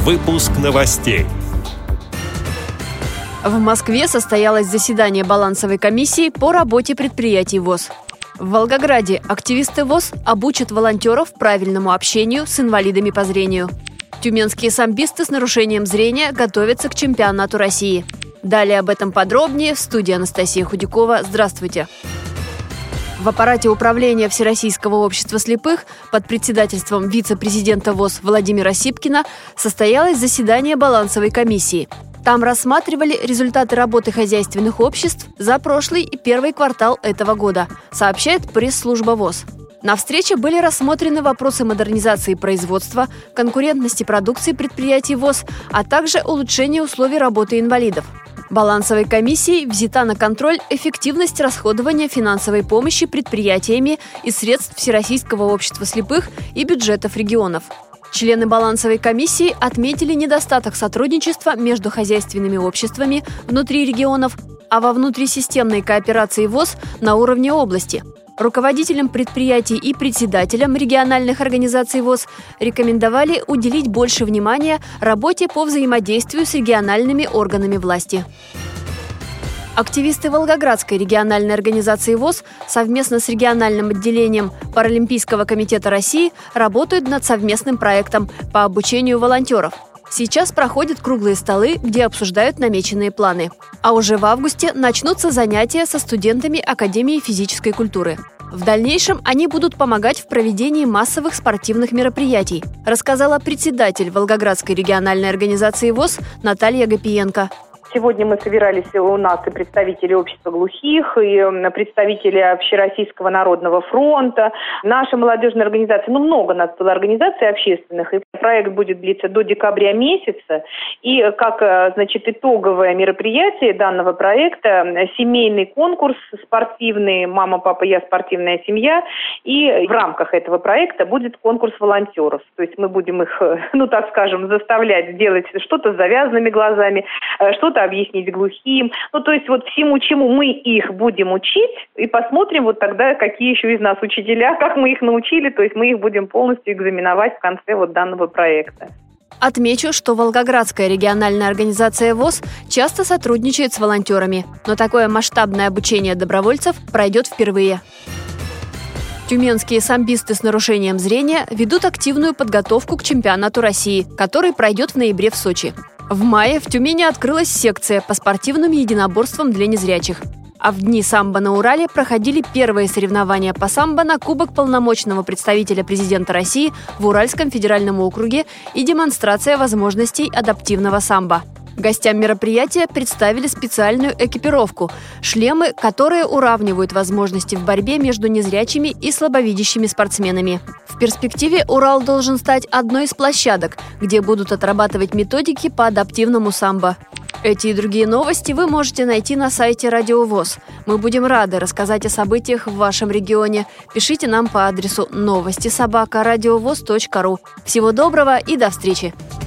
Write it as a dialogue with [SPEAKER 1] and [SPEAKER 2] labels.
[SPEAKER 1] Выпуск новостей.
[SPEAKER 2] В Москве состоялось заседание балансовой комиссии по работе предприятий ВОС. В Волгограде активисты ВОС обучат волонтеров правильному общению с инвалидами по зрению. Тюменские самбисты с нарушением зрения готовятся к чемпионату России. Далее об этом подробнее в студии Анастасия Худякова. Здравствуйте! В аппарате управления Всероссийского общества слепых под председательством вице-президента ВОС Владимира Сипкина состоялось заседание балансовой комиссии. Там рассматривали результаты работы хозяйственных обществ за прошлый и первый квартал этого года, сообщает пресс-служба ВОС. На встрече были рассмотрены вопросы модернизации производства, конкурентности продукции предприятий ВОС, а также улучшения условий работы инвалидов. Балансовой комиссией взята на контроль эффективность расходования финансовой помощи предприятиями из средств Всероссийского общества слепых и бюджетов регионов. Члены балансовой комиссии отметили недостаток сотрудничества между хозяйственными обществами внутри регионов, а во внутрисистемной кооперации ВОС на уровне области. Руководителям предприятий и председателям региональных организаций ВОС рекомендовали уделить больше внимания работе по взаимодействию с региональными органами власти. Активисты Волгоградской региональной организации ВОС совместно с региональным отделением Паралимпийского комитета России работают над совместным проектом по обучению волонтеров. Сейчас проходят круглые столы, где обсуждают намеченные планы. А уже в августе начнутся занятия со студентами Академии физической культуры. В дальнейшем они будут помогать в проведении массовых спортивных мероприятий, рассказала председатель Волгоградской региональной организации ВОС Наталья Гапиенко.
[SPEAKER 3] Сегодня мы собирались, у нас и представители общества глухих, и представители Общероссийского народного фронта, наша молодежная организация, много нас было организаций общественных, и проект будет длиться до декабря месяца. И как, итоговое мероприятие данного проекта, семейный конкурс спортивный «Мама, папа, я спортивная семья», и в рамках этого проекта будет конкурс волонтеров. То есть мы будем их, заставлять делать что-то с завязанными глазами, что-то объяснить глухим. Всему, чему мы их будем учить, и посмотрим тогда, какие еще из нас учителя, как мы их научили, то есть мы их будем полностью экзаменовать в конце данного проекта.
[SPEAKER 2] Отмечу, что Волгоградская региональная организация ВОС часто сотрудничает с волонтерами, но такое масштабное обучение добровольцев пройдет впервые. Тюменские самбисты с нарушением зрения ведут активную подготовку к чемпионату России, который пройдет в ноябре в Сочи. В мае в Тюмени открылась секция по спортивным единоборствам для незрячих. А в дни самбо на Урале проходили первые соревнования по самбо на Кубок полномочного представителя президента России в Уральском федеральном округе и демонстрация возможностей адаптивного самбо. Гостям мероприятия представили специальную экипировку – шлемы, которые уравнивают возможности в борьбе между незрячими и слабовидящими спортсменами. В перспективе Урал должен стать одной из площадок, где будут отрабатывать методики по адаптивному самбо. Эти и другие новости вы можете найти на сайте Радио ВОС. Мы будем рады рассказать о событиях в вашем регионе. Пишите нам по адресу новости@радиовос.ру. Всего доброго и до встречи!